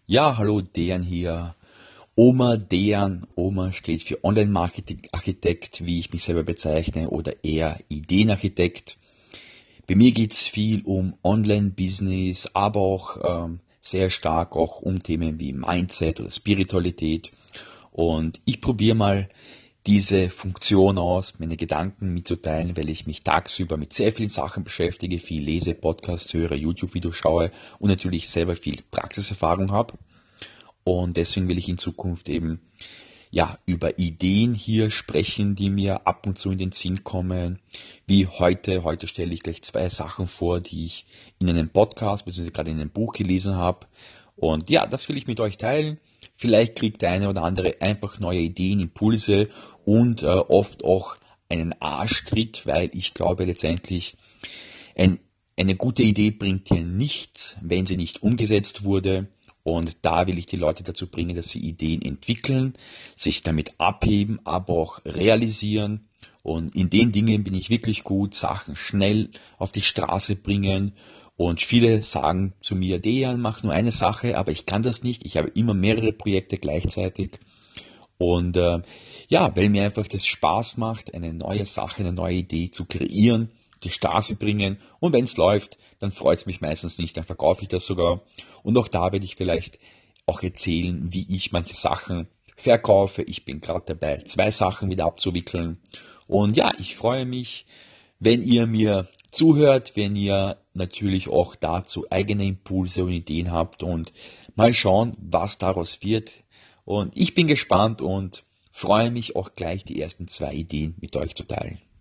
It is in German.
Ja, hallo, Dejan hier. Oma Dejan. Oma steht für Online-Marketing-Architekt, wie ich mich selber bezeichne, oder eher Ideenarchitekt. Bei mir geht's viel um Online-Business, aber auch sehr stark auch um Themen wie Mindset oder Spiritualität. Und ich probiere mal diese Funktion aus, meine Gedanken mitzuteilen, weil ich mich tagsüber mit sehr vielen Sachen beschäftige, viel lese, Podcasts höre, YouTube-Videos schaue und natürlich selber viel Praxiserfahrung habe. Und deswegen will ich in Zukunft eben ja über Ideen hier sprechen, die mir ab und zu in den Sinn kommen. Wie heute. Heute stelle ich gleich zwei Sachen vor, die ich in einem Podcast bzw. gerade in einem Buch gelesen habe. Und ja, das will ich mit euch teilen. Vielleicht kriegt der eine oder andere einfach neue Ideen, Impulse und oft auch einen Arschtritt, weil ich glaube letztendlich, ein, eine gute Idee bringt dir nichts, wenn sie nicht umgesetzt wurde. Und da will ich die Leute dazu bringen, dass sie Ideen entwickeln, sich damit abheben, aber auch realisieren. Und in den Dingen bin ich wirklich gut, Sachen schnell auf die Straße bringen. Und viele sagen zu mir, Dejan, mach nur eine Sache, aber ich kann das nicht. Ich habe immer mehrere Projekte gleichzeitig. Und ja, weil mir einfach das Spaß macht, eine neue Sache, eine neue Idee zu kreieren, die Straße bringen. Und wenn es läuft, dann freut es mich meistens nicht, dann verkaufe ich das sogar. Und auch da werde ich vielleicht auch erzählen, wie ich manche Sachen verkaufe. Ich bin gerade dabei, zwei Sachen wieder abzuwickeln. Und ja, ich freue mich, wenn ihr mir zuhört, wenn ihr natürlich auch dazu eigene Impulse und Ideen habt und mal schauen, was daraus wird. Und ich bin gespannt und freue mich auch gleich die ersten zwei Ideen mit euch zu teilen.